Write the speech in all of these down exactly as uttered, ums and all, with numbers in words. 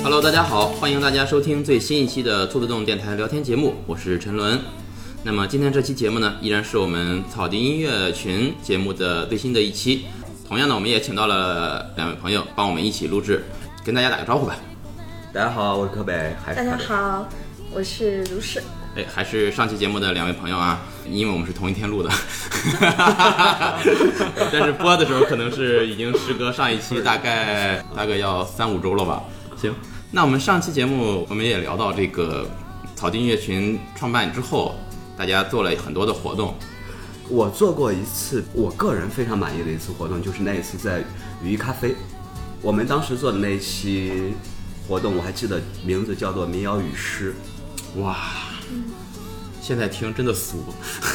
Hello， 大家好，欢迎大家收听最新一期的兔子洞电台聊天节目，我是陈伦。那么今天这期节目呢，依然是我们草地音乐群节目的最新的一期。同样呢，我们也请到了两位朋友帮我们一起录制，跟大家打个招呼吧。 大家好，我是柯北。还是大家好，我是如是。 哎，还是上期节目的两位朋友啊，因为我们是同一天录的，但是播的时候可能是已经时隔上一期大概大概要三五周了吧。行，那我们上期节目我们也聊到这个草地音乐群创办之后，大家做了很多的活动。 我做过一次我个人非常满意的一次活动，就是那一次在羽翼咖啡，我们当时做的那一期活动，我还记得名字叫做民谣与诗。 哇，现在听真的俗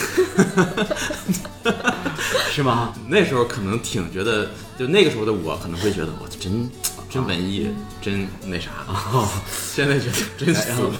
是吗？ 那时候可能挺觉得，就那个时候的我可能会觉得我真真文艺、啊、真那啥、哦、现在觉得真俗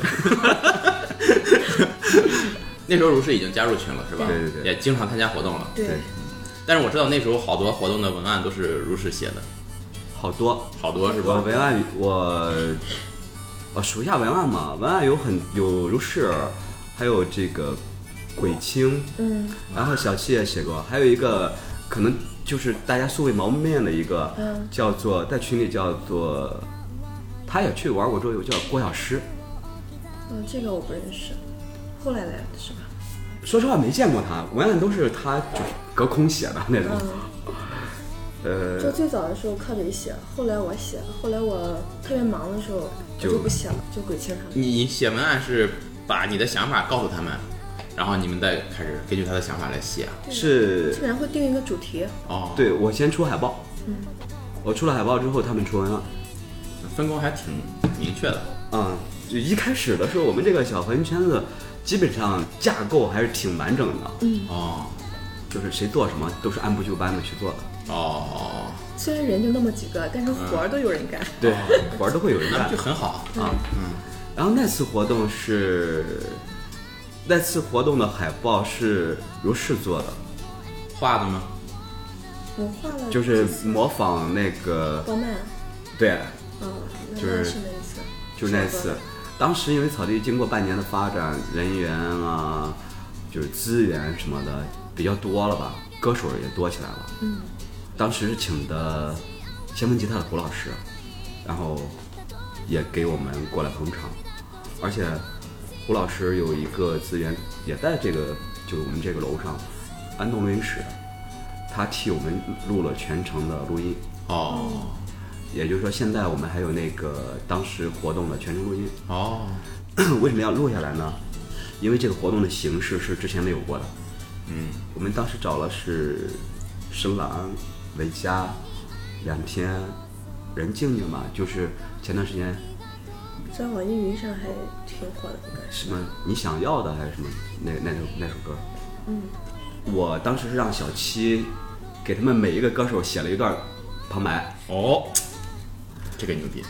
那时候如是已经加入群了是吧？ 对对对， 也经常参加活动了。 对， 但是我知道那时候好多活动的文案都是如是写的， 好多好多是吧？ 我文案我我数一下文案嘛，文案有很有如是，还有这个鬼青， 嗯， 然后小七也写过，还有一个可能就是大家素未谋面的一个， 嗯，叫做在群里叫做，他也去玩过桌游，叫郭小诗。 嗯，这个我不认识，后来来的是吧？ 说实话没见过他，文案都是他就是隔空写的那种。 嗯， 呃， 就最早的时候柯北写，后来我写，后来我特别忙的时候就就不写了，就鬼青他们。 你写文案是把你的想法告诉他们，然后你们再开始根据他的想法来写。 是基本上会定一个主题。 哦， 对，我先出海报， 嗯， 我出了海报之后，他们出文案， 分工还挺明确的。 嗯，就一开始的时候，我们这个小核心圈子基本上架构还是挺完整的。 嗯， 哦， 就是谁做什么都是按部就班的去做的。 哦， 虽然人就那么几个，但是活儿都有人干。 嗯、对，活儿都会有人干， 那就很好啊。嗯，然后那次活动是，那次活动的海报是如是做的， 画的吗？ 我画了， 就是模仿那个包曼。 对， 嗯， 就是是那一次， 就是那次。当时因为草地经过半年的发展，人员啊，就是资源什么的比较多了吧，歌手也多起来了。 嗯， 当时请的先锋吉他的胡老师，然后也给我们过来捧场，而且胡老师有一个资源也在这个就是我们这个楼上安东录音室，他替我们录了全程的录音。 哦， 也就是说现在我们还有那个当时活动的全程录音。 哦， 为什么要录下来呢？因为这个活动的形式是之前没有过的。 嗯， 我们当时找了是深蓝、维嘉、两天、任静静嘛，就是前段时间在网易云上还挺火的，应该是什么你想要的还是什么那那首那首歌。 嗯， 我当时是让小七给他们每一个歌手写了一段旁白。 哦，这个牛逼。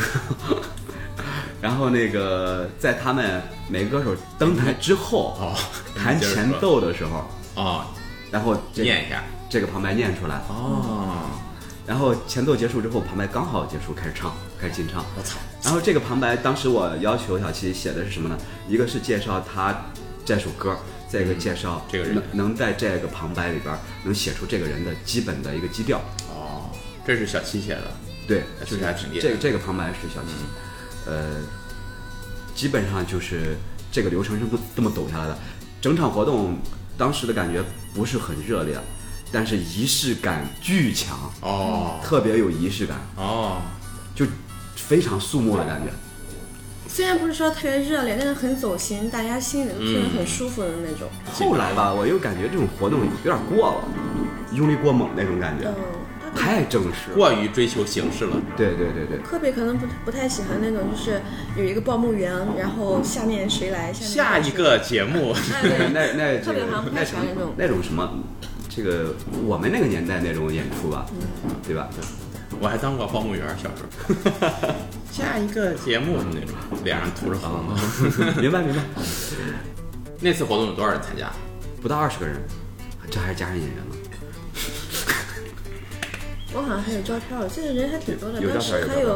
然后那个在他们每个歌手登台之后， 哦， 弹前奏的时候， 哦， 然后、这个、 念一下这个旁白念出来。 哦， 然后前奏结束之后，旁白刚好结束，开始唱，开始进唱。 我操！ 然后这个旁白，当时我要求小七写的是什么呢？一个是介绍他这首歌，再一个介绍、 嗯、这个人能能在这个旁白里边能写出这个人的基本的一个基调。 哦，这是小七写的。 对， 就是还挺厉害。 这个这个旁白是小七、嗯，呃，基本上就是这个流程是这么走下来的。整场活动当时的感觉不是很热烈，但是仪式感巨强哦， 特别有仪式感哦， 就非常肃穆的感觉。 虽然不是说特别热烈，但是很走心，大家心里都听着很舒服的那种、 嗯。后来吧，我又感觉这种活动有点过了，用力过猛那种感觉。 嗯， 太正式， 过于追求形式了。 对对对对， 柯北可能不不太喜欢那种，就是有一个报幕员，然后下面谁来， 下一个节目， 那那那特别好像不太喜欢那种那种什么，这个我们那个年代那种演出吧，嗯、对吧？ 我还当过报幕员，小时候。下一个节目那种，脸上涂着红的。 明白明白。 那次活动有多少人参加？ 不到二十个人，这还是加上演员了。 我好像还有照片，这个人还挺多的。 有照片， 当时还有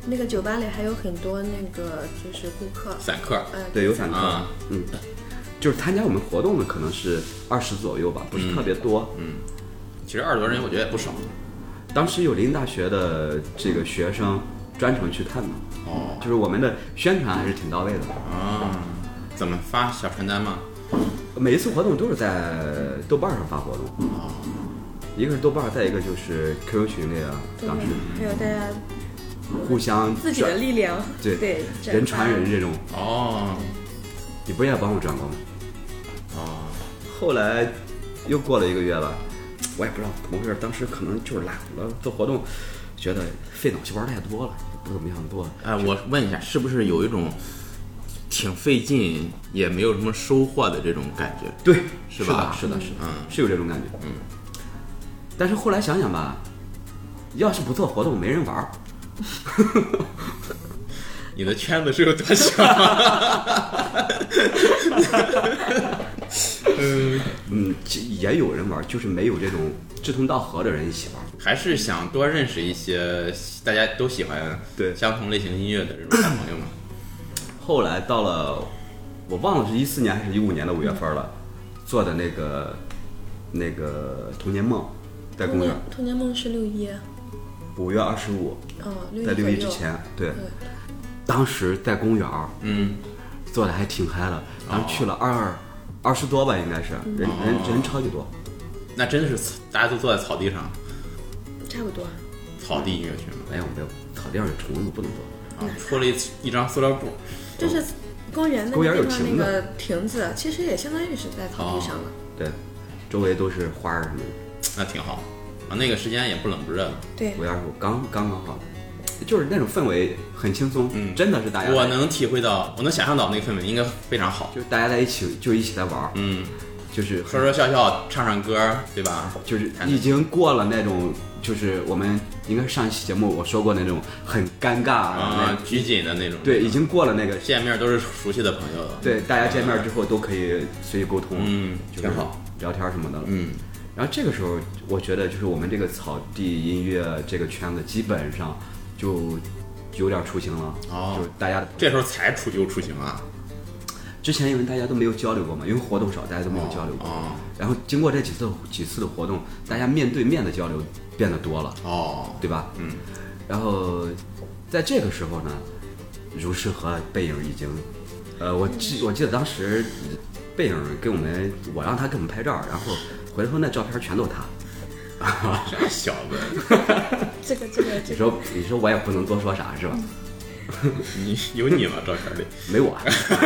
那个酒吧里还有很多那个就是顾客散客， 呃， 对，有散客， 啊嗯，就是参加我们活动的可能是二十左右吧，不是特别多。 嗯，其实二十多人我觉得也不少。 当时有林大学的这个学生专程去看的， 哦， 就是我们的宣传还是挺到位的。 啊，怎么发小传单吗？ 每一次活动都是在豆瓣上发活动， 哦， 一个是豆瓣，再一个就是 Q Q 群里啊， 对当时还有大家互相自己的力量， 对对， 人传人这种。 哦， 你不是也帮我转过吗？ 哦， 后来又过了一个月了，我也不知道怎么回事，当时可能就是懒了，做活动觉得费脑细胞太多了，不怎么想做。 哎，我问一下，是不是有一种挺费劲也没有什么收获的这种感觉？ 对， 是吧？ 是的，是的， 嗯， 是有这种感觉。嗯，但是后来想想吧，要是不做活动，没人玩儿。 你的圈子是有多小？ 嗯嗯，也有人玩，就是没有这种志同道合的人一起玩。 还是想多认识一些大家都喜欢对相同类型音乐的这种大朋友们。 后来到了，我忘了是一四年还是一五年的五月份了，做的那个那个童年梦，在公园。 童年梦是六一， 五月二十五， 哦，六一在六一左右之前，对， 对， 当时在公园， 嗯， 做的还挺嗨的，当时去了二二十多吧，应该是人人人超级多。 那真的是大家都坐在草地上， 差不多。 草地音乐群嘛。 没有没有，草地上有虫子不能做。 啊，铺了一一张塑料布。 就是公园那公园个地方有亭子那个亭子，其实也相当于是在草地上了。 对，周围都是花儿什么的。 那挺好啊，那个时间也不冷不热的。 对， 五月二十五刚刚刚好，就是那种氛围很轻松， 嗯真的是大家我能体会到，我能想象到那个氛围应该非常好。 就是大家在一起就一起在玩儿， 嗯， 就是说说笑笑，唱唱歌，对吧？ 就是已经过了那种，就是我们应该是上一期节目我说过那种很尴尬啊，拘谨的那种。 对，已经过了那个， 见面都是熟悉的朋友了。 对，大家见面之后都可以随意沟通， 嗯， 就是挺好， 聊天什么的了。 嗯， 然后这个时候，我觉得就是我们这个草地音乐这个圈子基本上就有点雏形了。 哦就是大家的这时候才出就出行啊。 之前因为大家都没有交流过嘛，因为活动少，大家都没有交流过。 哦然后经过这几次几次的活动，大家面对面的交流变得多了， 哦， 对吧？ 嗯。 然后在这个时候呢，如是和背影已经，呃，我记我记得当时背影给我们，我让他给我们拍照，然后回头那照片全都是他。 这小子， 这个这个这个， 你说你说我也不能多说啥是吧？ 你有你吗？照片里没我，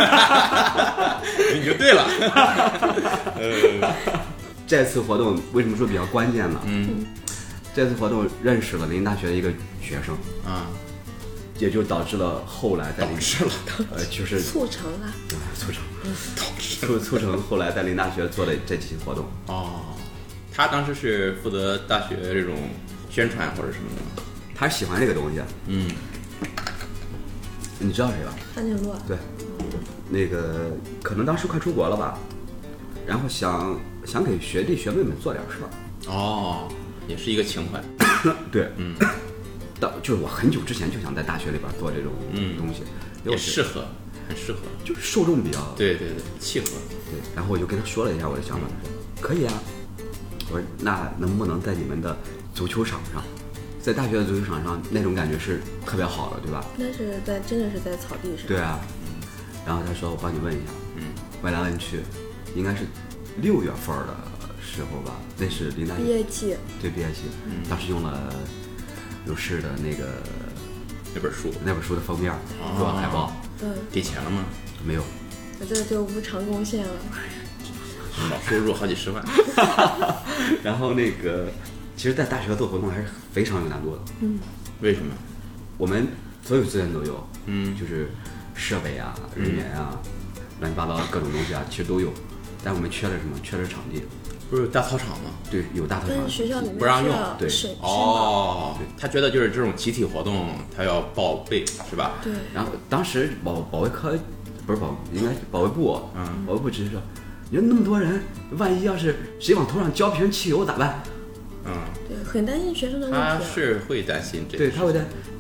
你就对了。呃， 这次活动为什么说比较关键呢？ 嗯这次活动认识了林大学的一个学生， 啊， 也就导致了后来在林导致了， 呃就是促成了。 促成导致促促成后来在林大学做的这期活动。 哦，他当时是负责大学这种宣传或者什么的吗？ 他喜欢这个东西， 嗯， 你知道谁吧？ 潘景洛， 对，那个可能当时快出国了吧，然后想想给学弟学妹们做点事儿。 哦，也是一个情怀。 对， 嗯， 到就是我很久之前就想在大学里边做这种嗯东西， 也适合，很适合。 就是受众比较对对对，契合。 对，然后我就跟他说了一下我的想法，他说可以啊。我说那能不能在你们的足球场上，在大学的足球场上那种感觉是特别好的，对吧？ 那是在真的是在草地上。 对啊。然后他说我帮你问一下， 嗯， 问来问去，应该是六月份的时候吧，那是林大毕业季。 对毕业季， 嗯当时用了如是的那个那本书那本书的封面做海报， 嗯， 给钱了吗？ 没有。 我这就无偿贡献了。 少收入好几十万。 然后那个，其实，在大学做活动还是非常有难度的。 嗯， 为什么？ 我们所有资源都有， 嗯就是设备啊、人员啊、乱七八糟各种东西啊，其实都有。但我们缺的是什么？缺的是场地。 不是有大操场吗？ 对，有大操场但是。学校里面不让用需要对申哦，他觉得就是这种集体活动，他要报备，是吧？ 对， 然后当时保保卫科不是保，应该是保卫部， 嗯， 保卫部只是说，你说那么多人，万一要是谁往头上浇瓶汽油咋办？ 嗯， 对，很担心学生的问题、 他啊。 是会担心这个。 对，他会在，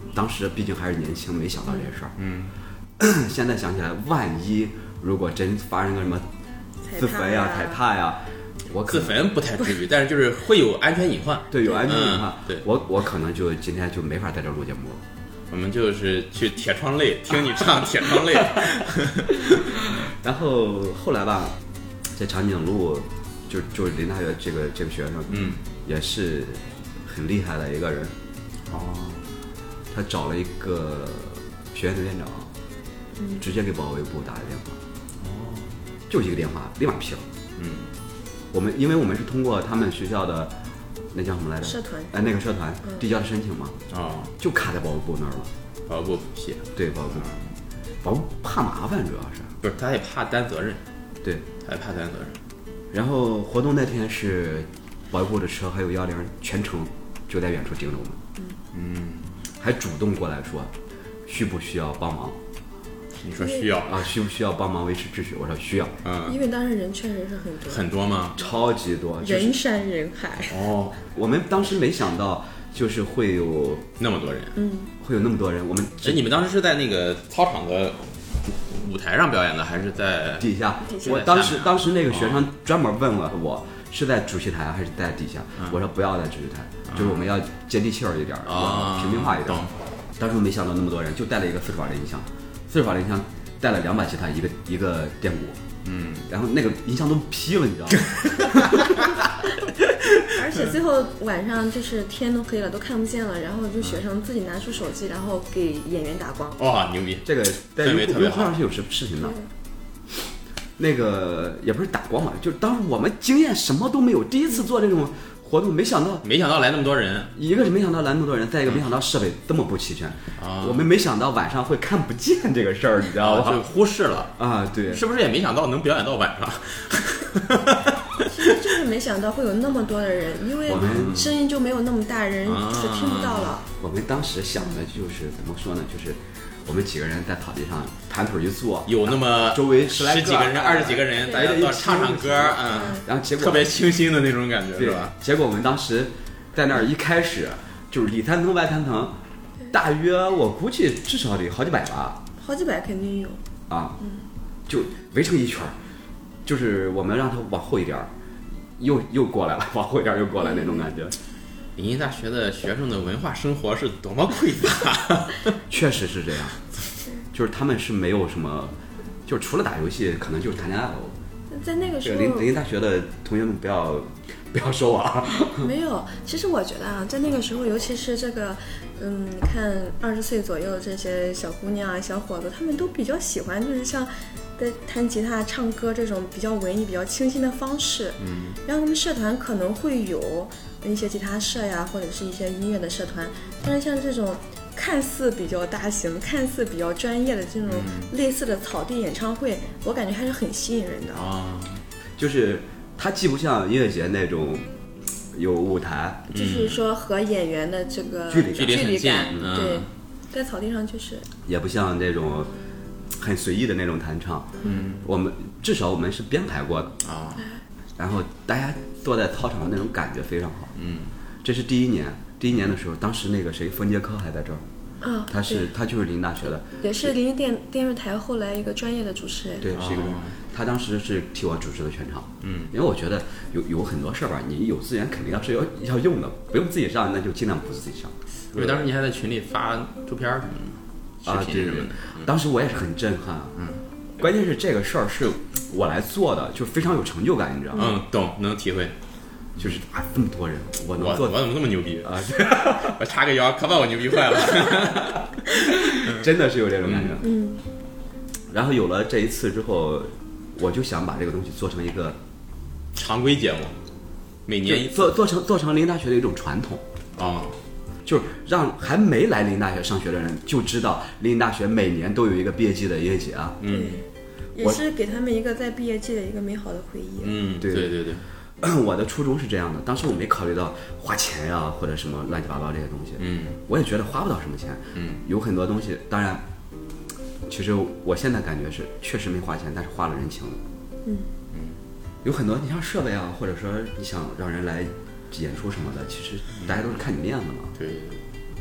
当时毕竟还是年轻，没想到这事儿。嗯，现在想起来，万一如果真发生个什么自焚呀、踩踏呀，我自焚不太至于，但是就是会有安全隐患。 对，有安全隐患。 嗯、对， 我我可能就今天就没法在这录节目了。 我们就是去铁窗泪听你唱铁窗泪。 然后后来吧，在长颈鹿，就就是林大学这个这个学生， 嗯， 也是很厉害的一个人。 哦， 他找了一个学院的院长，嗯，直接给保卫部打了电话。哦，就一个电话，立马批了。 嗯，我们因为我们是通过他们学校的那叫什么来着？ 社团。 哎，那个社团递交的申请嘛。 哦， 就卡在保卫部那儿了。 保卫部批。 对，保卫部。保卫部怕麻烦，主要是。 不是，他也怕担责任。 对， 他也怕担责任。 然后活动那天是保卫部的车还有幺零全程就在远处盯着我们。 嗯， 还主动过来说，需不需要帮忙？ 你说需要啊？需不需要帮忙维持秩序？我说需要。 嗯， 因为当时人确实是很多。 很多吗？ 超级多， 就是、人山人海。 哦，我们当时没想到，就是会有那么多人。 嗯， 会有那么多人。我们哎，你们当时是在那个操场的舞台上表演的，还是在底下？ 底下我当时当时那个学生专门问了我。是在主席台还是在底下？嗯、我说不要在主席台，嗯、就是我们要接地气儿一点， 啊、 平民化一点。当时我没想到那么多人，就带了一个四十瓦的音箱，四十瓦的音箱带了两把吉他，一个一个电鼓， 嗯， 然后那个音箱都劈了，你知道吗？ 而且最后晚上就是天都黑了，都看不见了，然后就学生自己拿出手机，然后给演员打光。 哇，牛逼！ 这个在氛围特别好。 上是有什么事情的？那个也不是打光嘛，就是当时我们经验什么都没有，第一次做这种活动，没想到， 没想到来那么多人。 一个是没想到来那么多人，再一个没想到设备这么不齐全。 啊， 我们没想到晚上会看不见这个事儿，你知道吗？ 就忽视了啊，对， 是不是也没想到能表演到晚上？ 其实就是没想到会有那么多的人，因为声音就没有那么大，人是听不到了。 啊、我们当时想的就是怎么说呢，就是。我们几个人在草地上盘腿一坐， 有那么周围十几个人、二十几个人，大家都唱唱歌，嗯， 然后结果特别清新的那种感觉，是吧？ 结果我们当时在那儿一开始就是里三层外三层，大约我估计至少得好几百吧， 好几百肯定有啊，就围成一圈，就是我们让他往后一点，又又过来了，往后一点又过来那种感觉。 临沂大学的学生的文化生活是多么匮乏。 确实是这样，就是他们是没有什么，就是除了打游戏，可能就是谈恋爱了。 在那个时候， 临临沂大学的同学们不要不要说我啊。 没有，其实我觉得啊，在那个时候，尤其是这个，嗯，你看二十岁左右的这些小姑娘啊、小伙子，他们都比较喜欢，就是像在弹吉他、唱歌这种比较文艺、比较清新的方式。 嗯， 然后他们社团可能会有一些吉他社呀，或者是一些音乐的社团，但是像这种看似比较大型、看似比较专业的这种类似的草地演唱会，嗯、我感觉还是很吸引人的啊。就是它既不像音乐节那种有舞台， 就是说和演员的这个距离距离很近， 嗯、对，在草地上就是， 也不像那种很随意的那种弹唱。 嗯， 我们至少我们是编排过的啊。 然后大家坐在操场的那种感觉非常好。 嗯， 这是第一年，第一年的时候，当时那个谁，冯杰科还在这儿。 啊， 他是他就是临沂大学的， 也是临沂电电视台后来一个专业的主持人。 对，是一个人。 哦、 他当时是替我主持的全场。 嗯， 因为我觉得有有很多事儿吧，你有资源肯定要是要要用的，不用自己上，那就尽量不自己上。 因为当时你还在群里发照片什么的， 啊，对对对，嗯、当时我也是很震撼。 嗯， 关键是这个事儿是我来做的，就非常有成就感，你知道吗？ 嗯，懂，能体会。 就是啊，这么多人，我能做， 我我怎么那么牛逼啊？ 我插个腰，可把我牛逼坏了。 真的是有这种感觉。 嗯。 然后有了这一次之后，我就想把这个东西做成一个常规节目，每年一次， 做做成做成临沂大学的一种传统啊， 就是让还没来临沂大学上学的人就知道临沂大学每年都有一个毕业季的音乐节啊。 嗯。 也是给他们一个在毕业季的一个美好的回忆。 嗯，对对对对。 我的初衷是这样的，当时我没考虑到花钱呀或者什么乱七八糟这些东西， 嗯， 我也觉得花不到什么钱， 嗯， 有很多东西，当然，其实我现在感觉是确实没花钱，但是花了人情了， 嗯嗯，有很多你像设备啊，或者说你想让人来演出什么的，其实大家都是看你面子嘛， 对，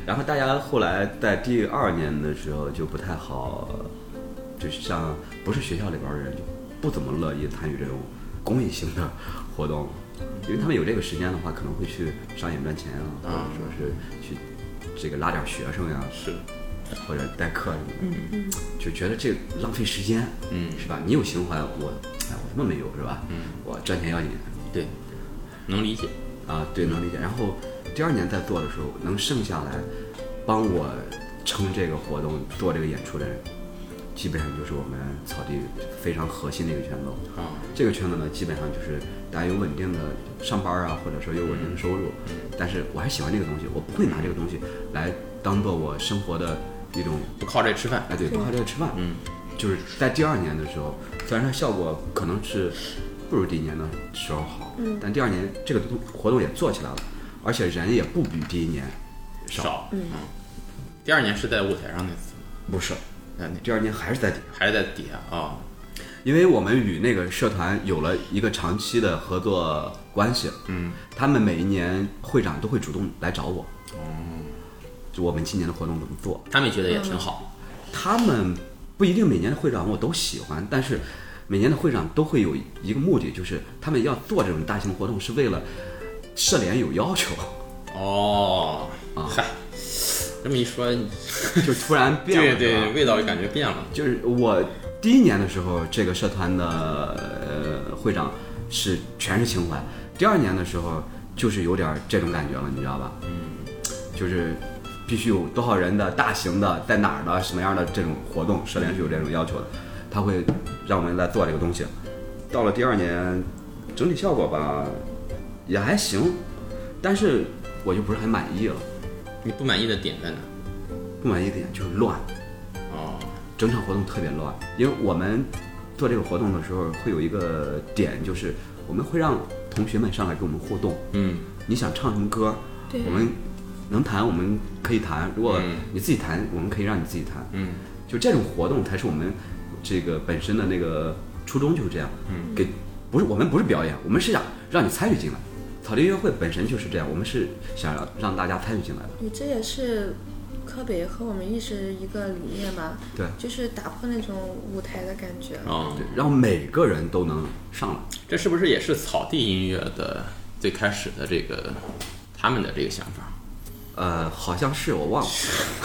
然后大家后来在第二年的时候就不太好，就是像不是学校里边的人就不怎么乐意参与这种公益性的活动，因为他们有这个时间的话，可能会去商演赚钱啊，或者说是去这个拉点学生呀、啊， 是， 或者代课什么的， 嗯， 就觉得这浪费时间， 嗯， 是吧？你有情怀，我哎我他妈没有，是吧？ 嗯， 我赚钱要紧， 对，能理解啊，对，能理解。然后第二年在做的时候，能剩下来帮我撑这个活动、做这个演出的人，基本上就是我们草地非常核心的一个圈子啊。 这个圈子呢，基本上就是大家有稳定的上班啊，或者说有稳定的收入。 嗯、 但是我还喜欢这个东西，我不会拿这个东西来当做我生活的一种， 不靠这吃饭。 哎，对，不靠这个吃饭。 嗯， 就是在第二年的时候，虽然它效果可能是不如第一年的时候好， 嗯， 但第二年这个活动也做起来了，而且人也不比第一年少。 少嗯， 第二年是在舞台上那次吗？ 不是， 那第二年还是在底下， 还是在底下啊、哦。 因为我们与那个社团有了一个长期的合作关系， 嗯， 他们每一年会长都会主动来找我， 哦， 就我们今年的活动怎么做， 他们觉得也挺好。 他们不一定每年的会长我都喜欢，但是每年的会长都会有一个目的，就是他们要做这种大型活动是为了社联有要求。 哦， 啊， 嗨，这么一说， 就突然变了， 对对，味道感觉变了。 就是我第一年的时候，这个社团的呃会长是全是情怀，第二年的时候就是有点这种感觉了，你知道吧？ 嗯， 就是必须有多少人的大型的，在哪儿的什么样的这种活动，社联是有这种要求的，他会让我们来做这个东西。到了第二年，整体效果吧也还行，但是我就不是很满意了。 你不满意的点在哪？ 不满意的点就是乱。 哦， 整场活动特别乱，因为我们做这个活动的时候会有一个点，就是我们会让同学们上来跟我们互动。 嗯， 你想唱什么歌， 对， 我们能弹，我们可以弹；如果你自己弹，我们可以让你自己弹。 嗯， 就这种活动才是我们这个本身的那个初衷，就是这样。 嗯， 给不是我们不是表演，我们是想让你参与进来。草地音乐会本身就是这样，我们是想让让大家参与进来的。 对，这也是科北和我们一直一个理念吧。 对， 就是打破那种舞台的感觉。 哦， 对，让每个人都能上来。 这是不是也是草地音乐的最开始的这个他们的这个想法？ 呃，好像是我忘了。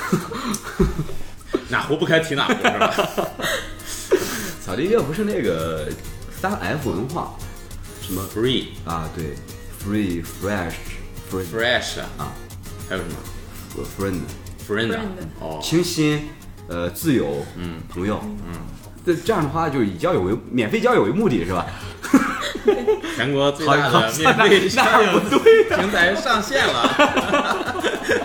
哪壶不开提哪壶是吧？ 草地音乐不是那个三 F 文化，什么 Free 啊？对 ，Free Fresh Free Fresh 啊， 还有什么 Friend Friend 啊 Friend 哦， 清新，呃，自由， 嗯， 朋友， 嗯， 这这样的话就是以交友为免费交友为目的是吧？ 全国最大的免费交友平台上线了，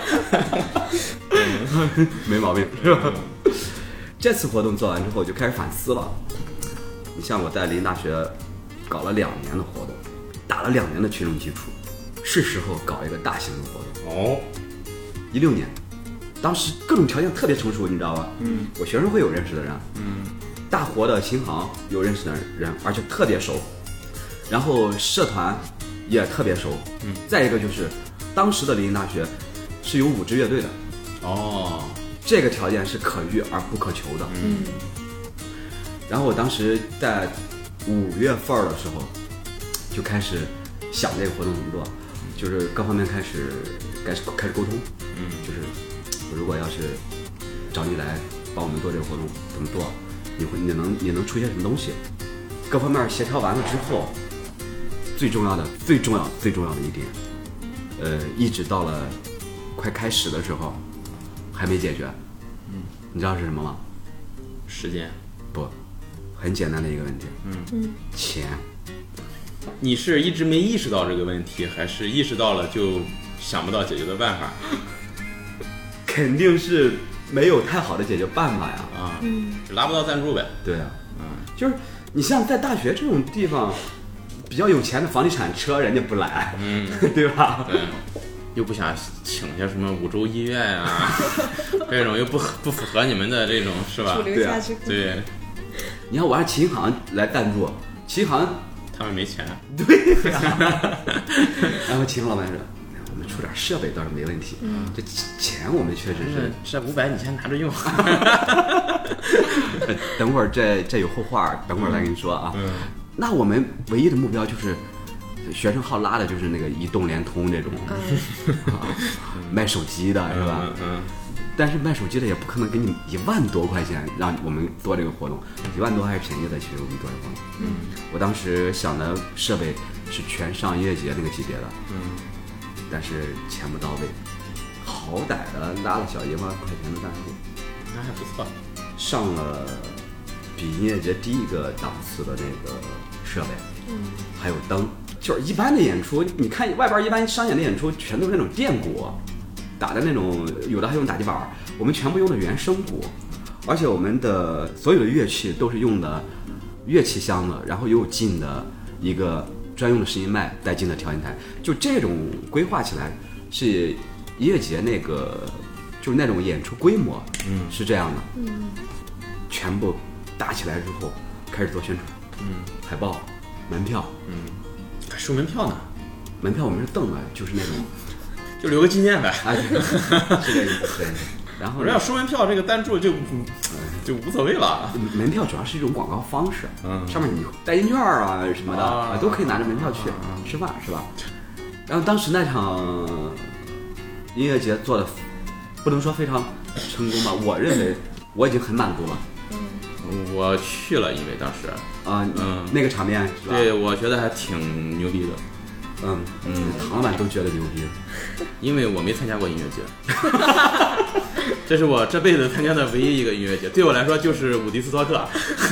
没毛病是吧？这次活动做完之后就开始反思了。你像我在林大学搞了两年的活动，打了两年的群众基础，是时候搞一个大型的活动。 哦， 一六年，当时各种条件特别成熟，你知道吧？ 嗯， 我学生会有认识的人， 嗯， 大活的琴行有认识的人，而且特别熟，然后社团也特别熟， 嗯， 再一个就是当时的林荫大学是有五支乐队的， 哦， 这个条件是可遇而不可求的。 嗯， 然后我当时在五月份的时候就开始想这个活动怎么做，就是各方面开始开始开始沟通， 嗯， 就是如果要是找你来帮我们做这个活动怎么做，你会你能你能出些什么东西？各方面协调完了之后，最重要的最重要最重要的一点，呃，一直到了快开始的时候还没解决。 嗯， 你知道是什么吗？ 时间不，很简单的一个问题。 嗯嗯， 钱。 你是一直没意识到这个问题，还是意识到了就想不到解决的办法？ 肯定是没有太好的解决办法呀。 啊， 嗯， 就拉不到赞助呗。 对啊， 嗯， 就是你像在大学这种地方，比较有钱的房地产车人家不来， 嗯， 对吧？ 对，又不想请些什么五洲医院啊，这种又不不符合你们的这种是吧主？流价值观。 对， 你看我让琴行来赞助，琴行他们没钱。 对呀、然后琴行老板说， 我们出点设备倒是没问题，嗯，这钱我们确实是， 这五百你先拿着用。 等会儿这这有后话，等会儿来跟你说啊。 嗯， 那我们唯一的目标就是学生号拉的就是那个移动、联通这种，嗯啊、卖手机的是吧？ 嗯。嗯但是卖手机的也不可能给你一万多块钱让我们做这个活动，一万多还是便宜的，其实我们做这个活动。嗯，我当时想的设备是全上音乐节那个级别的， 嗯， 但是钱不到位，好歹的拉了小一万块钱的赞助， 那还不错， 上了比音乐节第一个档次的那个设备，嗯，还有灯，就是一般的演出，你看外边一般商演的演出全都是那种电鼓。打的那种，有的还用打击板，我们全部用的原声鼓，而且我们的所有的乐器都是用的乐器箱的，然后又有进的一个专用的试音麦，带进的调音台，就这种规划起来是音乐节那个就是那种演出规模，嗯，是这样的，嗯，全部搭起来之后开始做宣传，嗯，海报、门票， 嗯，还收门票呢， 门票我们是瞪的，就是那种。 就留个纪念呗， 啊，是这意思。对，然后我要收门票，这个赞助就就无所谓了。 门票主要是一种广告方式，嗯，上面你代金券啊什么的啊，都可以拿着门票去吃饭，是吧？然后当时那场音乐节做的不能说非常成功吧，我认为我已经很满足了。 嗯，我去了，因为当时啊，嗯，那个场面是吧？ 对，我觉得还挺牛逼的。 嗯嗯，唐老板都觉得牛逼， 因为我没参加过音乐节，这是我这辈子参加的唯一一个音乐节，对我来说就是伍迪斯托克。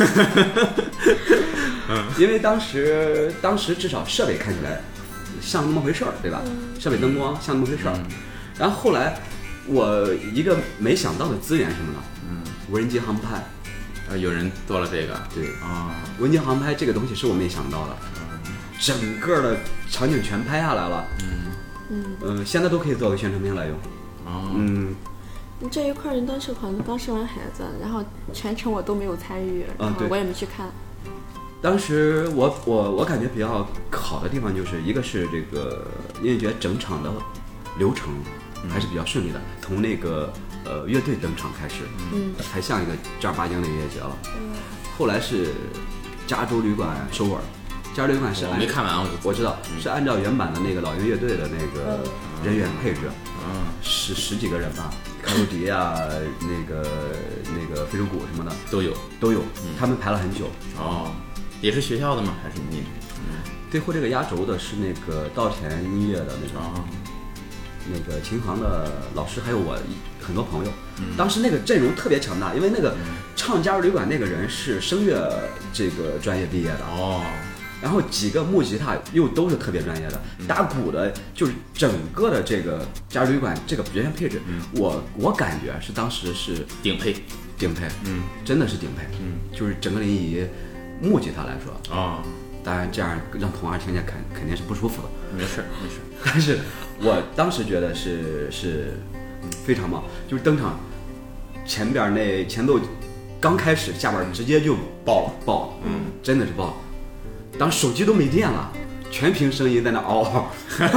嗯，因为当时当时至少设备看起来像那么回事儿，对吧？设备灯光像那么回事儿。嗯、然后后来我一个没想到的资源什么呢？嗯，无人机航拍， 呃，有人做了这个， 对啊，无人机航拍这个东西是我没想到的。整个的场景全拍下来了，嗯嗯、呃、现在都可以做个宣传片来用。哦，嗯， 这一块人当时好像当时玩孩子，然后全程我都没有参与，然后我也没去看。 当时我我我感觉比较好的地方就是一个是这个音乐节整场的流程还是比较顺利的，从那个呃乐队登场开始，嗯，才像一个正儿八经的音乐节了。嗯，后来是加州旅馆收尾。加州旅馆是我没看完， 我知道、嗯、是按照原版的那个老鹰乐队的那个人员配置，嗯，十十几个人吧，卡路迪啊，那个那个非洲鼓什么的都有都有、嗯，他们排了很久。 哦，也是学校的吗？还是你？ 嗯，最后这个压轴的是那个稻田音乐的那种，哦、那个琴行的老师还有我很多朋友、嗯，当时那个阵容特别强大，因为那个唱加州旅馆那个人是声乐这个专业毕业的哦。然后几个木吉他又都是特别专业的，打鼓的，就是整个的这个加州旅馆这个人员配置，嗯、我我感觉是当时是顶配， 顶配，嗯，真的是顶配，嗯，就是整个临沂木吉他来说啊、哦，当然这样让同行听见肯肯定是不舒服的， 没事没事， 但是我当时觉得是是非常棒，就是登场前边那前奏刚开始，下边直接就爆了爆了，嗯，真的是爆了。当手机都没电了，全凭声音在那嗷。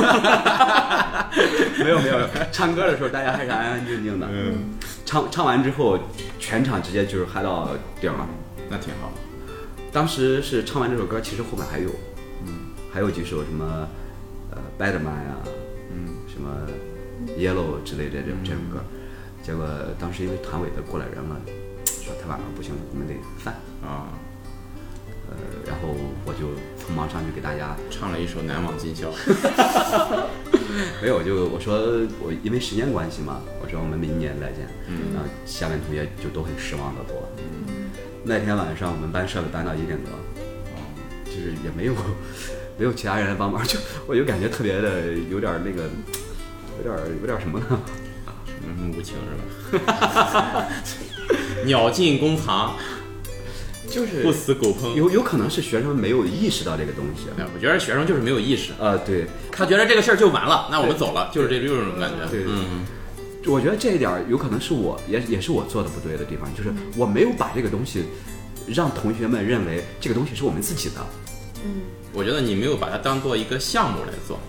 没有没有，唱歌的时候大家还是安安静静的。嗯，唱唱完之后，全场直接就是嗨到顶了， 那挺好。 当时是唱完这首歌，其实后面还有，嗯，还有几首什么呃 Badman 啊，嗯，什么 Yellow 之类的这种这种歌。结果当时因为团委的过来人了，说太晚了不行，我们得散啊。呃，然后我就匆忙上去给大家唱了一首《难忘今宵》。 没有，就我说我因为时间关系嘛，我说我们明年再见。嗯，然后下面同学就都很失望的多。嗯，那天晚上我们搬设备搬到一点多，哦，就是也没有没有其他人来帮忙，就我就感觉特别的有点那个，有点有点什么呢？ 嗯，无情是吧？鸟尽弓藏。 就是不死狗烹， 有有可能是学生没有意识到这个东西。 我觉得学生就是没有意识啊、呃，对， 他觉得这个事儿就完了，那我们走了，就是这就是这种感觉。 对，嗯，我觉得这一点有可能是我也也是我做的不对的地方，就是我没有把这个东西让同学们认为这个东西是我们自己的。 嗯， 我觉得你没有把它当做一个项目来做，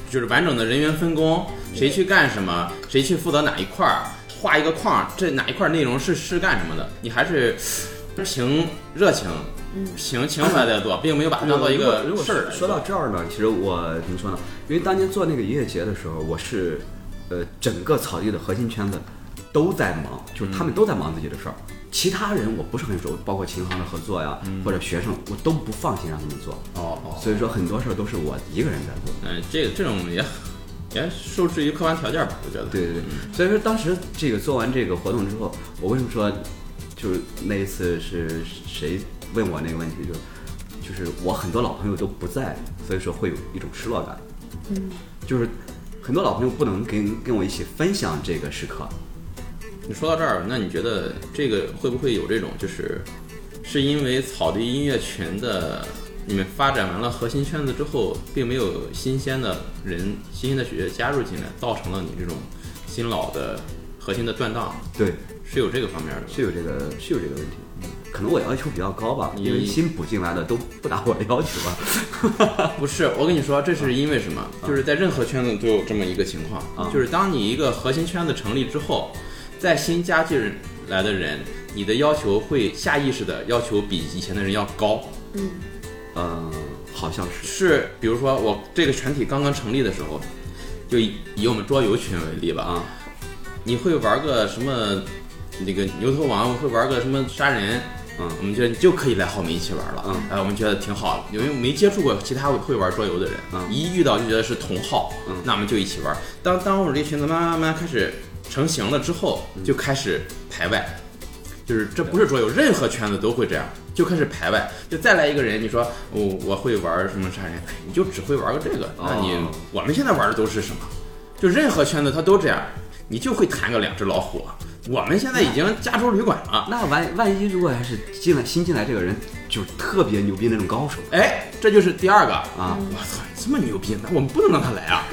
就是完整的人员分工，谁去干什么，谁去负责哪一块儿，画一个框，这哪一块内容是是干什么的，你还是凭热情。凭情怀在做，并没有把它当做一个事儿。 说到这儿呢，其实我怎么说呢？因为当年做那个音乐节的时候，我是呃整个草地的核心圈子都在忙，就是他们都在忙自己的事儿，嗯、其他人我不是很熟，包括琴行的合作呀，嗯、或者学生，我都不放心让他们做。 哦哦。 所以说很多事儿都是我一个人在做。 嗯，这个这种也也受制于客观条件吧，我觉得。 对对对。嗯、所以说当时这个做完这个活动之后，我为什么说，就是那一次是谁？问我那个问题就，就是我很多老朋友都不在，所以说会有一种失落感。嗯，就是很多老朋友不能跟跟我一起分享这个时刻。 你说到这儿，那你觉得这个会不会有这种，就是是因为草地音乐群的你们发展完了核心圈子之后，并没有新鲜的人、新鲜的血液加入进来，造成了你这种新老的核心的断档？ 对， 是有这个方面的， 是有这个是有这个问题。可能我要求比较高吧，因为新补进来的都不达我的要求吧。 不是，我跟你说，这是因为什么？啊、就是在任何圈子都有这么一个情况，啊、就是当你一个核心圈子成立之后，在新加进来的人，你的要求会下意识的要求比以前的人要高。 嗯，呃，好像是。 是，比如说我这个全体刚刚成立的时候，就以以我们桌游群为例吧，啊，你会玩个什么？那个牛头王会玩个什么杀人？嗯，我们觉得你就可以来和我们一起玩了。嗯，哎，我们觉得挺好的，因为没接触过其他会玩桌游的人，嗯，一遇到就觉得是同好，嗯，那我们就一起玩。当当我们这群子慢慢慢慢开始成型了之后，就开始排外，就是这不是桌游，任何圈子都会这样，就开始排外。就再来一个人，你说我、哦、我会玩什么杀人，你就只会玩个这个，那你、哦、我们现在玩的都是什么？就任何圈子它都这样，你就会弹个两只老虎。我们现在已经加州旅馆了， 那万万一如果还是进来新进来这个人就特别牛逼那种高手， 哎，这就是第二个啊！我操，这么牛逼，那我们不能让他来啊！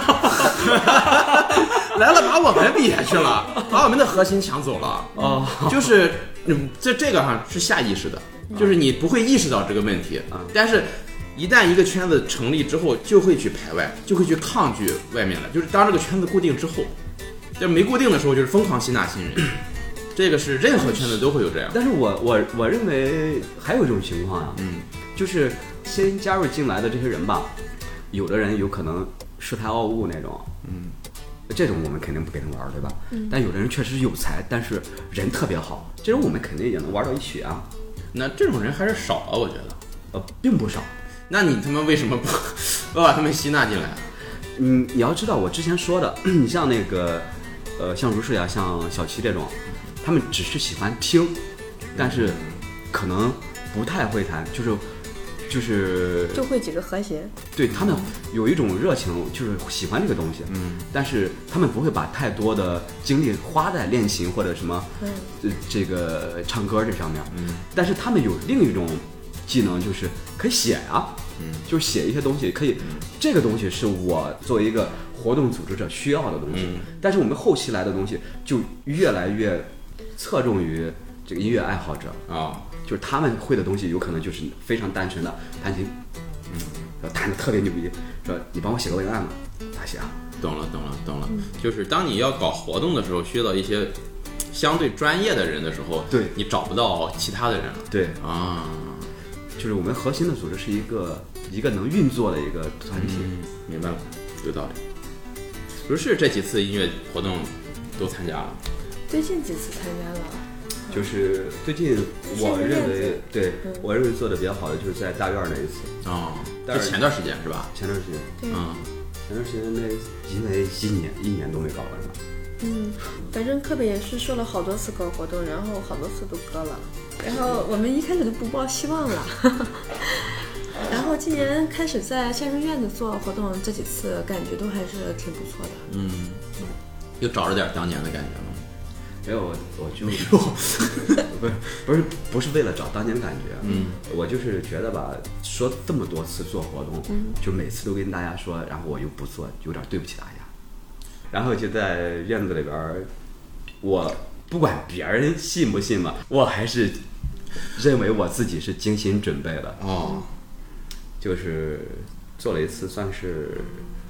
来了把我们比下去了，把我们的核心抢走了。哦，就是嗯，这这个哈是下意识的，就是你不会意识到这个问题，嗯、但是。一旦一个圈子成立之后，就会去排外，就会去抗拒外面的。就是当这个圈子固定之后，就没固定的时候，就是疯狂吸纳新人。这个是任何圈子都会有这样。 但是我我我认为还有一种情况啊，嗯，就是新加入进来的这些人吧，有的人有可能恃才傲物那种，嗯，这种我们肯定不跟他玩，对吧？嗯。但有的人确实有才，但是人特别好，这种我们肯定也能玩到一起啊。 那这种人还是少啊，我觉得。 呃，并不少。 那你他妈为什么不不把他们吸纳进来？ 嗯，你要知道我之前说的，你像那个，呃，像如是呀，像小齐这种，他们只是喜欢听，但是可能不太会弹，就是就是就会几个和弦。 对，他们有一种热情，就是喜欢这个东西，嗯，但是他们不会把太多的精力花在练琴或者什么，嗯，呃，这个唱歌这上面，嗯，但是他们有另一种技能，就是可以写呀，嗯，就是写一些东西，可以，嗯、这个东西是我作为一个活动组织者需要的东西，嗯、但是我们后期来的东西就越来越侧重于这个音乐爱好者啊、哦，就是他们会的东西有可能就是非常单纯的弹琴，嗯，弹得特别牛逼，说你帮我写个文案吧，他写啊， 懂了懂了懂了，嗯、就是当你要搞活动的时候，需要一些相对专业的人的时候， 对， 你找不到其他的人了， 对啊。 就是我们核心的组织是一个一个能运作的一个团体， 嗯、明白了，有道理。如是这几次音乐活动都参加了， 最近几次参加了， 就是最近我认为，对、嗯、我认为做的比较好的就是在大院那一次哦，但是前段时间是吧？ 前段时间， 嗯， 前段时间那因为一年一年都没搞完了。 嗯，反正课本也是说了好多次搞活动，然后好多次都割了，然后我们一开始就不抱希望了，然后今年开始在先生院子做活动，这几次感觉都还是挺不错的。 嗯，又找着点当年的感觉吗？ 没有，我我就不是不是不是为了找当年的感觉，嗯，我就是觉得吧，说这么多次做活动，嗯，就每次都跟大家说，然后我又不做，有点对不起大家。然后就在院子里边，我不管别人信不信嘛，我还是认为我自己是精心准备的哦。 就是做了一次算是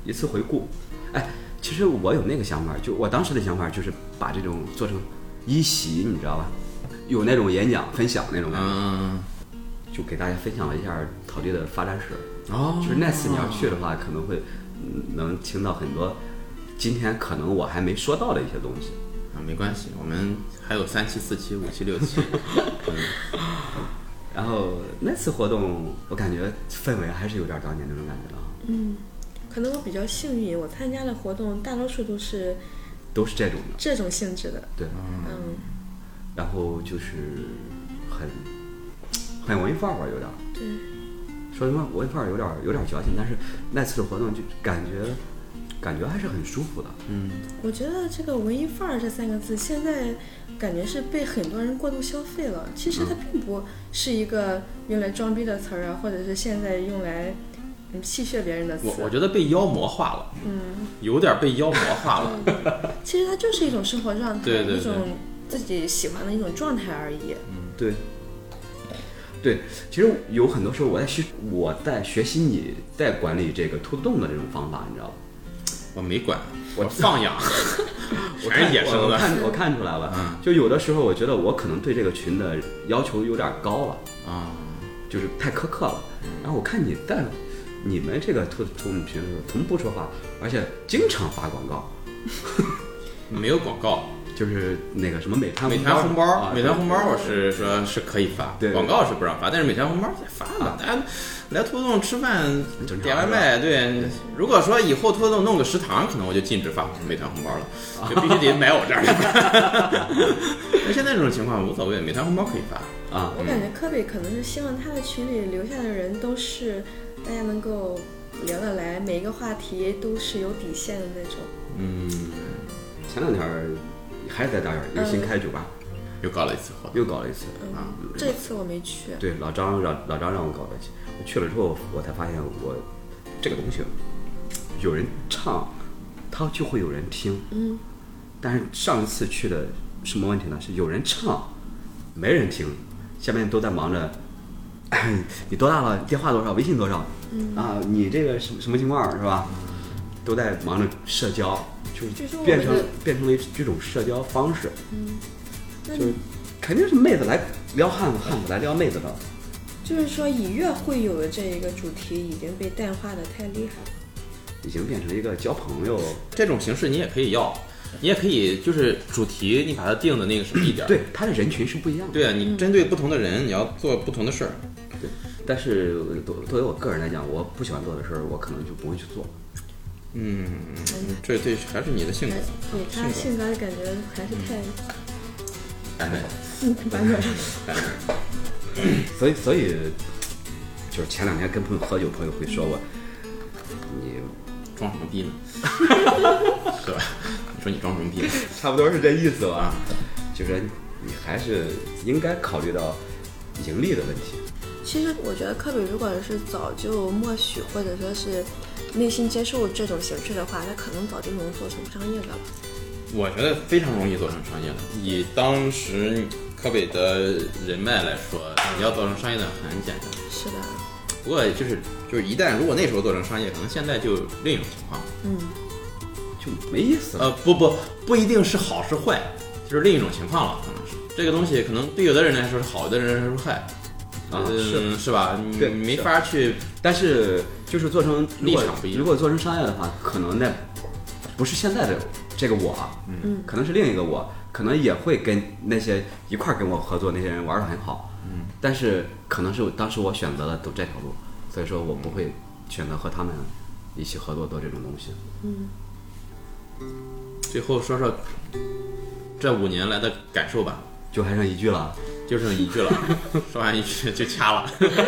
一次回顾。哎，其实我有那个想法，就我当时的想法就是把这种做成一席，你知道吧？有那种演讲分享那种感觉， 嗯， 就给大家分享了一下草地的发展史。 哦， 就是那次你要去的话，可能会嗯能听到很多今天可能我还没说到的一些东西。 啊，没关系，我们还有三期、四期、五期、六期。嗯， 然后那次活动，我感觉氛围还是有点当年那种感觉的。 嗯，可能我比较幸运，我参加的活动大多数都是都是这种的， 这种性质的。 对， 嗯， 然后就是很很文艺范儿，有点。 对， 说什么文艺范儿有点有点矫情，但是那次的活动就感觉感觉还是很舒服的。 嗯， 我觉得这个文艺范儿这三个字现在感觉是被很多人过度消费了。其实它并不是一个用来装逼的词儿啊，或者是现在用来嗯戏谑别人的词。 我我觉得被妖魔化了， 嗯， 有点被妖魔化了。 其实它就是一种生活状态， 对对对， 一种自己喜欢的一种状态而已。 嗯， 对。对，其实有很多时候我在学，我在学习你在管理这个兔子洞的这种方法，你知道吧？ 我没管，我放养，全是野生的。 我看我看出来了， 嗯， 就有的时候我觉得我可能对这个群的要求有点高了啊， 就是太苛刻了。然后我看你在你们这个兔子洞群从不说话，而且经常发广告， 没有广告。 就是那个什么美团美团红包， 啊、 美团红包我是说是可以发， 对， 广告是不让发，但是美团红包得发嘛，大家来兔子洞吃饭点外卖，对。如果说以后兔子洞弄个食堂，可能我就禁止发美团红包了，就必须得买我这儿的。那现在这种情况无所谓，美团红包可以发啊。 我感觉科比可能是希望他的群里留下的人都是大家能够聊得来，每一个话题都是有底线的那种。 嗯， 前两天还是在大院一个新开酒吧， 嗯，又搞了一次活动， 又搞了一次、 嗯、啊！这次我没去。 对，老张让老张让我搞的，我去了之后，我才发现我这个东西有人唱，他就会有人听。 嗯。 但是上一次去的什么问题呢？是有人唱，没人听，下面都在忙着。你多大了？电话多少？微信多少？ 嗯啊，你这个什么什么情况是吧？都在忙着社交。就变成变成了一种社交方式， 嗯， 就是肯定是妹子来撩汉子，汉子来撩妹子的。 就是说，以乐会友的这一个主题已经被淡化的太厉害了， 已经变成一个交朋友这种形式，你也可以要，你也可以就是主题，你把它定的那个什么一点， 对，它的人群是不一样的。 对啊，你针对不同的人，你要做不同的事儿。 对，但是作为我个人来讲，我不喜欢做的事儿，我可能就不会去做。 嗯，这对还是你的性格， 对他性格感觉还是太反正， 嗯，反正， 所以所以就是前两天跟朋友喝酒，朋友会说我，你装什么逼呢？是吧？你说你装什么逼？ 差不多是这意思吧？就是你还是应该考虑到盈利的问题。 其实我觉得科比如果是早就默许或者说是内心接受这种形式的话，他可能早就能做成商业的了。 我觉得非常容易做成商业的。以当时科比的人脉来说，你要做成商业的很简单。 是的。 不过就是就是一旦如果那时候做成商业，可能现在就另一种情况。 嗯。 就没意思了。 呃，不不不一定是好是坏，就是另一种情况了，可能是这个东西可能对有的人来说是好，有的人来说是坏。 啊， 是是吧？你没法去， 但是就是做成立场不一样。 如果做成商业的话，可能那不是现在的这个我， 嗯， 可能是另一个我，可能也会跟那些一块跟我合作那些人玩得很好， 嗯， 但是可能是当时我选择了走这条路，所以说我不会选择和他们一起合作做这种东西。 嗯， 最后说说这五年来的感受吧， 就还剩一句了。 就剩一句了，说完一句就掐了。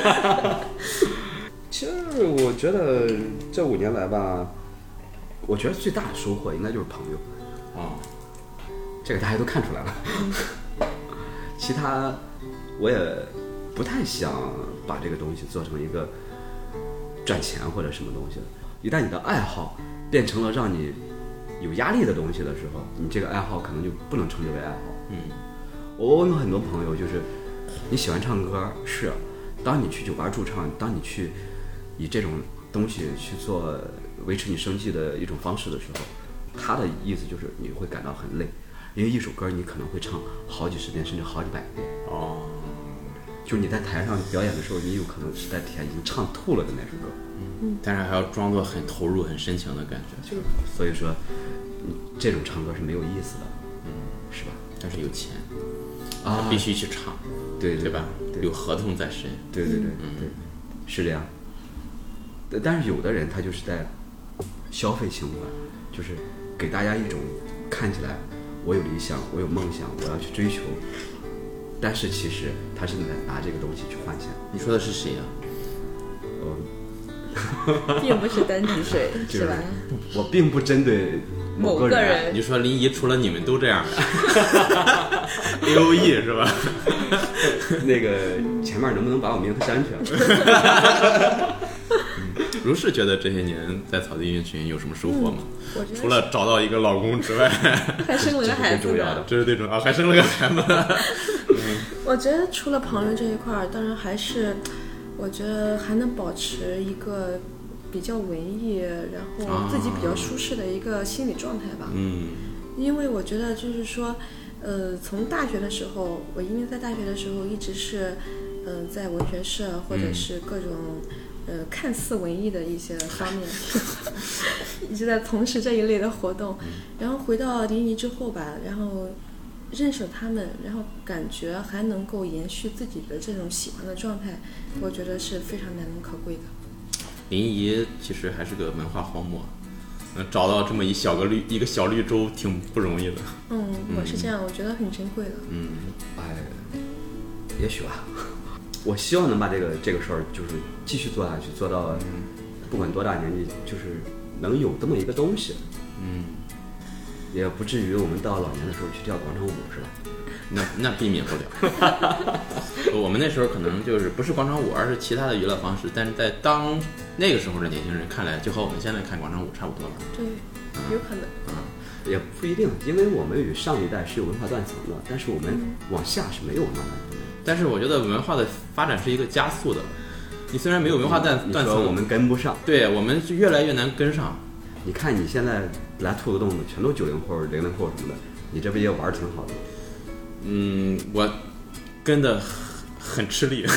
其实我觉得这五年来吧，我觉得最大的收获应该就是朋友。 哦， 这个大家都看出来了。其他我也不太想把这个东西做成一个赚钱或者什么东西。一旦你的爱好变成了让你有压力的东西的时候，你这个爱好可能就不能称之为爱好。 嗯。 我问过很多朋友，就是你喜欢唱歌，是当你去酒吧驻唱，当你去以这种东西去做维持你生计的一种方式的时候，他的意思就是你会感到很累，因为一首歌你可能会唱好几十遍甚至好几百遍。 哦， 就是你在台上表演的时候，你有可能是在台已经唱吐了的那首歌， 嗯，但是还要装作很投入很深情的感觉， 就所以说这种唱歌是没有意思的， 嗯， 是吧？ 但是有钱啊， 必须去唱， 对对, 对吧？ 对， 有合同在身， 对对对， 嗯对，是这样。但是有的人他就是在消费情怀，就是给大家一种看起来我有理想，我有梦想，我要去追求，但是其实他是拿这个东西去换钱。 你说的是谁呀、 呃， 并不是单指水，是吧？ 我并不针对某个人。 某个人你说临沂除了你们都这样，A O E 是吧？ 那个前面能不能把我名字删去啊？ 如是觉得这些年在草地音乐群有什么收获吗？ 我觉得除了找到一个老公之外， 还生了个孩子呢。 这是最重要，还生了个孩子。 嗯，我觉得除了朋友这一块，当然还是，我觉得还能保持一个比较文艺，然后自己比较舒适的一个心理状态吧。 嗯， 因为我觉得就是说，呃，从大学的时候，我因为在大学的时候一直是，嗯、呃，在文学社或者是各种。呃，看似文艺的一些方面，一直在从事这一类的活动。然后回到临沂之后吧，然后认识了他们，然后感觉还能够延续自己的这种喜欢的状态，我觉得是非常难能可贵的。 临沂其实还是个文化荒漠，嗯，找到这么一小个绿一个小绿洲挺不容易的。 嗯，我是这样，我觉得很珍贵的。 嗯， 哎，也许吧。我希望能把这个这个事儿就是继续做下去，做到不管多大年纪，就是能有这么一个东西。 嗯， 也不至于我们到老年的时候去跳广场舞，是吧？ 那那避免不了。我们那时候可能就是不是广场舞，而是其他的娱乐方式，但是在当那个时候的年轻人看来，就和我们现在看广场舞差不多了。 对，有可能。 嗯， 也不一定，因为我们与上一代是有文化断层的，但是我们往下是没有文化断层的。 但是我觉得文化的发展是一个加速的，你虽然没有文化断断层， 我们跟不上， 对我们就越来越难跟上。 你看你现在来兔子洞的全都九零后、零零后什么的，你这不也玩的挺好的？ 嗯，我跟的很吃力。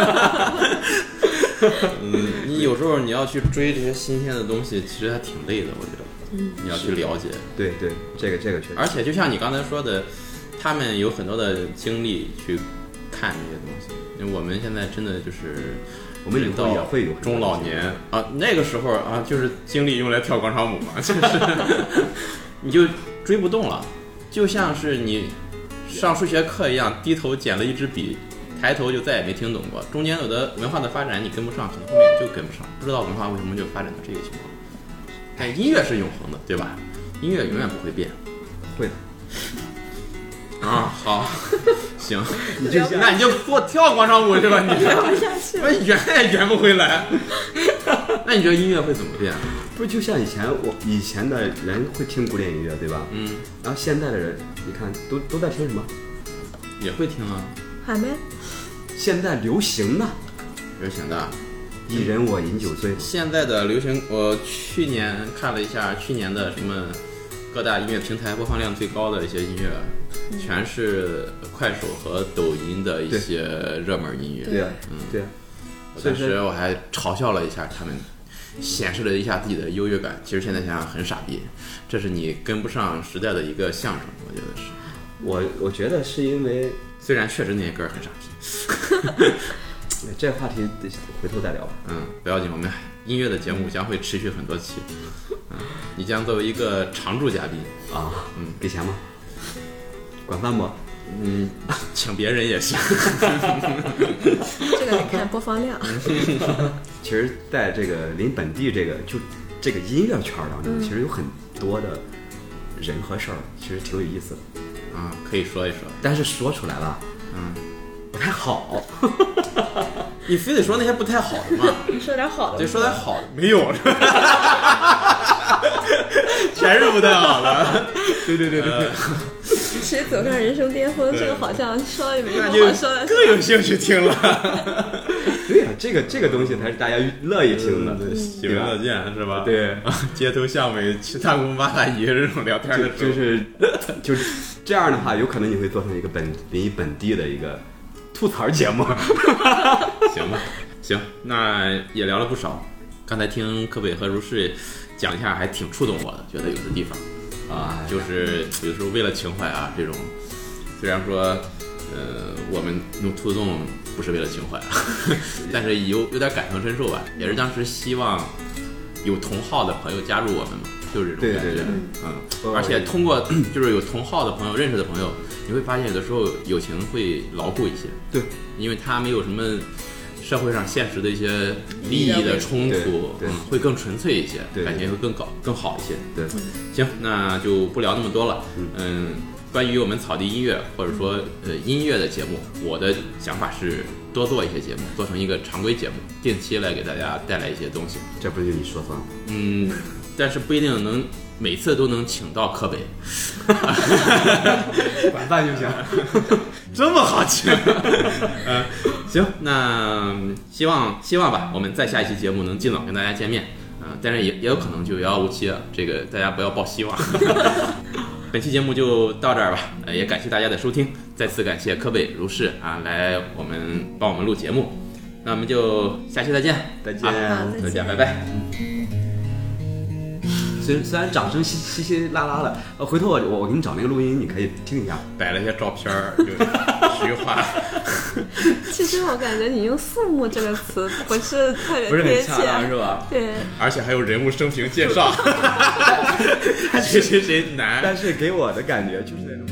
嗯，你有时候你要去追这些新鲜的东西，其实还挺累的，我觉得。 嗯， 你要去了解。 对对，这个这个确实。 而且就像你刚才说的，他们有很多的精力去看这些东西，因为我们现在真的就是我们以后也会有中老年啊，那个时候啊，就是精力用来跳广场舞嘛，就是你就追不动了，就像是你上数学课一样，低头捡了一支笔，抬头就再也没听懂过。中间有的文化的发展你跟不上，可能后面你就跟不上，不知道文化为什么就发展到这个情况。但音乐是永恒的，对吧？音乐永远不会变， 会的。 啊，好，行，你就那你就给我跳广场舞去吧，你跳不下去了， 圆也圆不回来。那你觉得音乐会怎么变？ 不是就像以前我以前的人会听古典音乐，对吧？ 嗯。 然后现在的人，你看都都在听什么？ 也会听啊。 喊呗。 现在流行的， 流行的， 一人我饮酒醉。 现在的流行，我去年看了一下去年的什么各大音乐平台播放量最高的一些音乐。全是快手和抖音的一些热门音乐。 对啊， 嗯， 对啊。 当时我还嘲笑了一下他们，显示了一下自己的优越感。其实现在想想很傻逼，这是你跟不上时代的一个象征，我觉得是。 我我觉得是因为， 虽然确实那些歌很傻逼。 这话题得回头再聊吧。 嗯，不要紧，我们音乐的节目将会持续很多期。嗯，你将作为一个常驻嘉宾啊。 嗯， 给钱吗？管饭不？ 嗯，请别人也行。 这个得看播放量。 其实，在这个临本地这个就这个音乐圈当中，嗯、其实有很多的人和事儿，其实挺有意思的。 啊，可以说一说。 但是说出来了， 嗯， 不太好。 你非得说那些不太好的吗？ 说点好的。 对，说点好的。没有。全是不太好的。对对对对对。 谁走上人生巅峰，这个好像说也没什么那好说的， 就更有兴趣听了。 对呀、啊，这个这个东西才是大家乐意听的， 对，喜闻乐见是吧？ 对， 街头巷尾七大姑八大姨这种聊天的时候， 就是就是这样的话，有可能你会做成一个本临本地的一个吐槽节目。 行吧，行，那也聊了不少。刚才听柯北和如是讲一下，还挺触动我的，觉得有的地方啊，就是有时候为了情怀啊，这种虽然说，呃，我们弄兔子洞不是为了情怀啊，但是有有点感同身受吧，也是当时希望有同好的朋友加入我们嘛，就是这种感觉， 对对对嗯，而且通过就是有同好的朋友、认识的朋友，你会发现有的时候友情会牢固一些， 对， 因为他没有什么社会上现实的一些利益的冲突， 对对嗯，会更纯粹一些， 对对感觉会更搞更好一些。 对， 行，那就不聊那么多了。嗯，关于我们草地音乐或者说呃音乐的节目，我的想法是多做一些节目，做成一个常规节目，定期来给大家带来一些东西。 这不就你说算了？ 嗯，但是不一定能每次都能请到柯北， 晚饭就行。 这么好请。嗯，行，那希望希望吧，我们再下一期节目能尽早跟大家见面。嗯、呃，但是也也有可能就遥遥无期了，这个大家不要抱希望。本期节目就到这儿吧，呃，也感谢大家的收听，再次感谢柯北如是啊来我们帮我们录节目，那我们就下期再见， 再见， 啊、大家拜拜。 虽然虽然掌声稀稀稀拉拉的，呃，回头我我我给你找那个录音，你可以听一下。 摆了一些照片儿，就实话。 其实我感觉你用肃穆这个词不是特别不是很贴恰当切， 是吧？ 对， 而且还有人物生平介绍，谁谁谁男。 但是给我的感觉就是那种。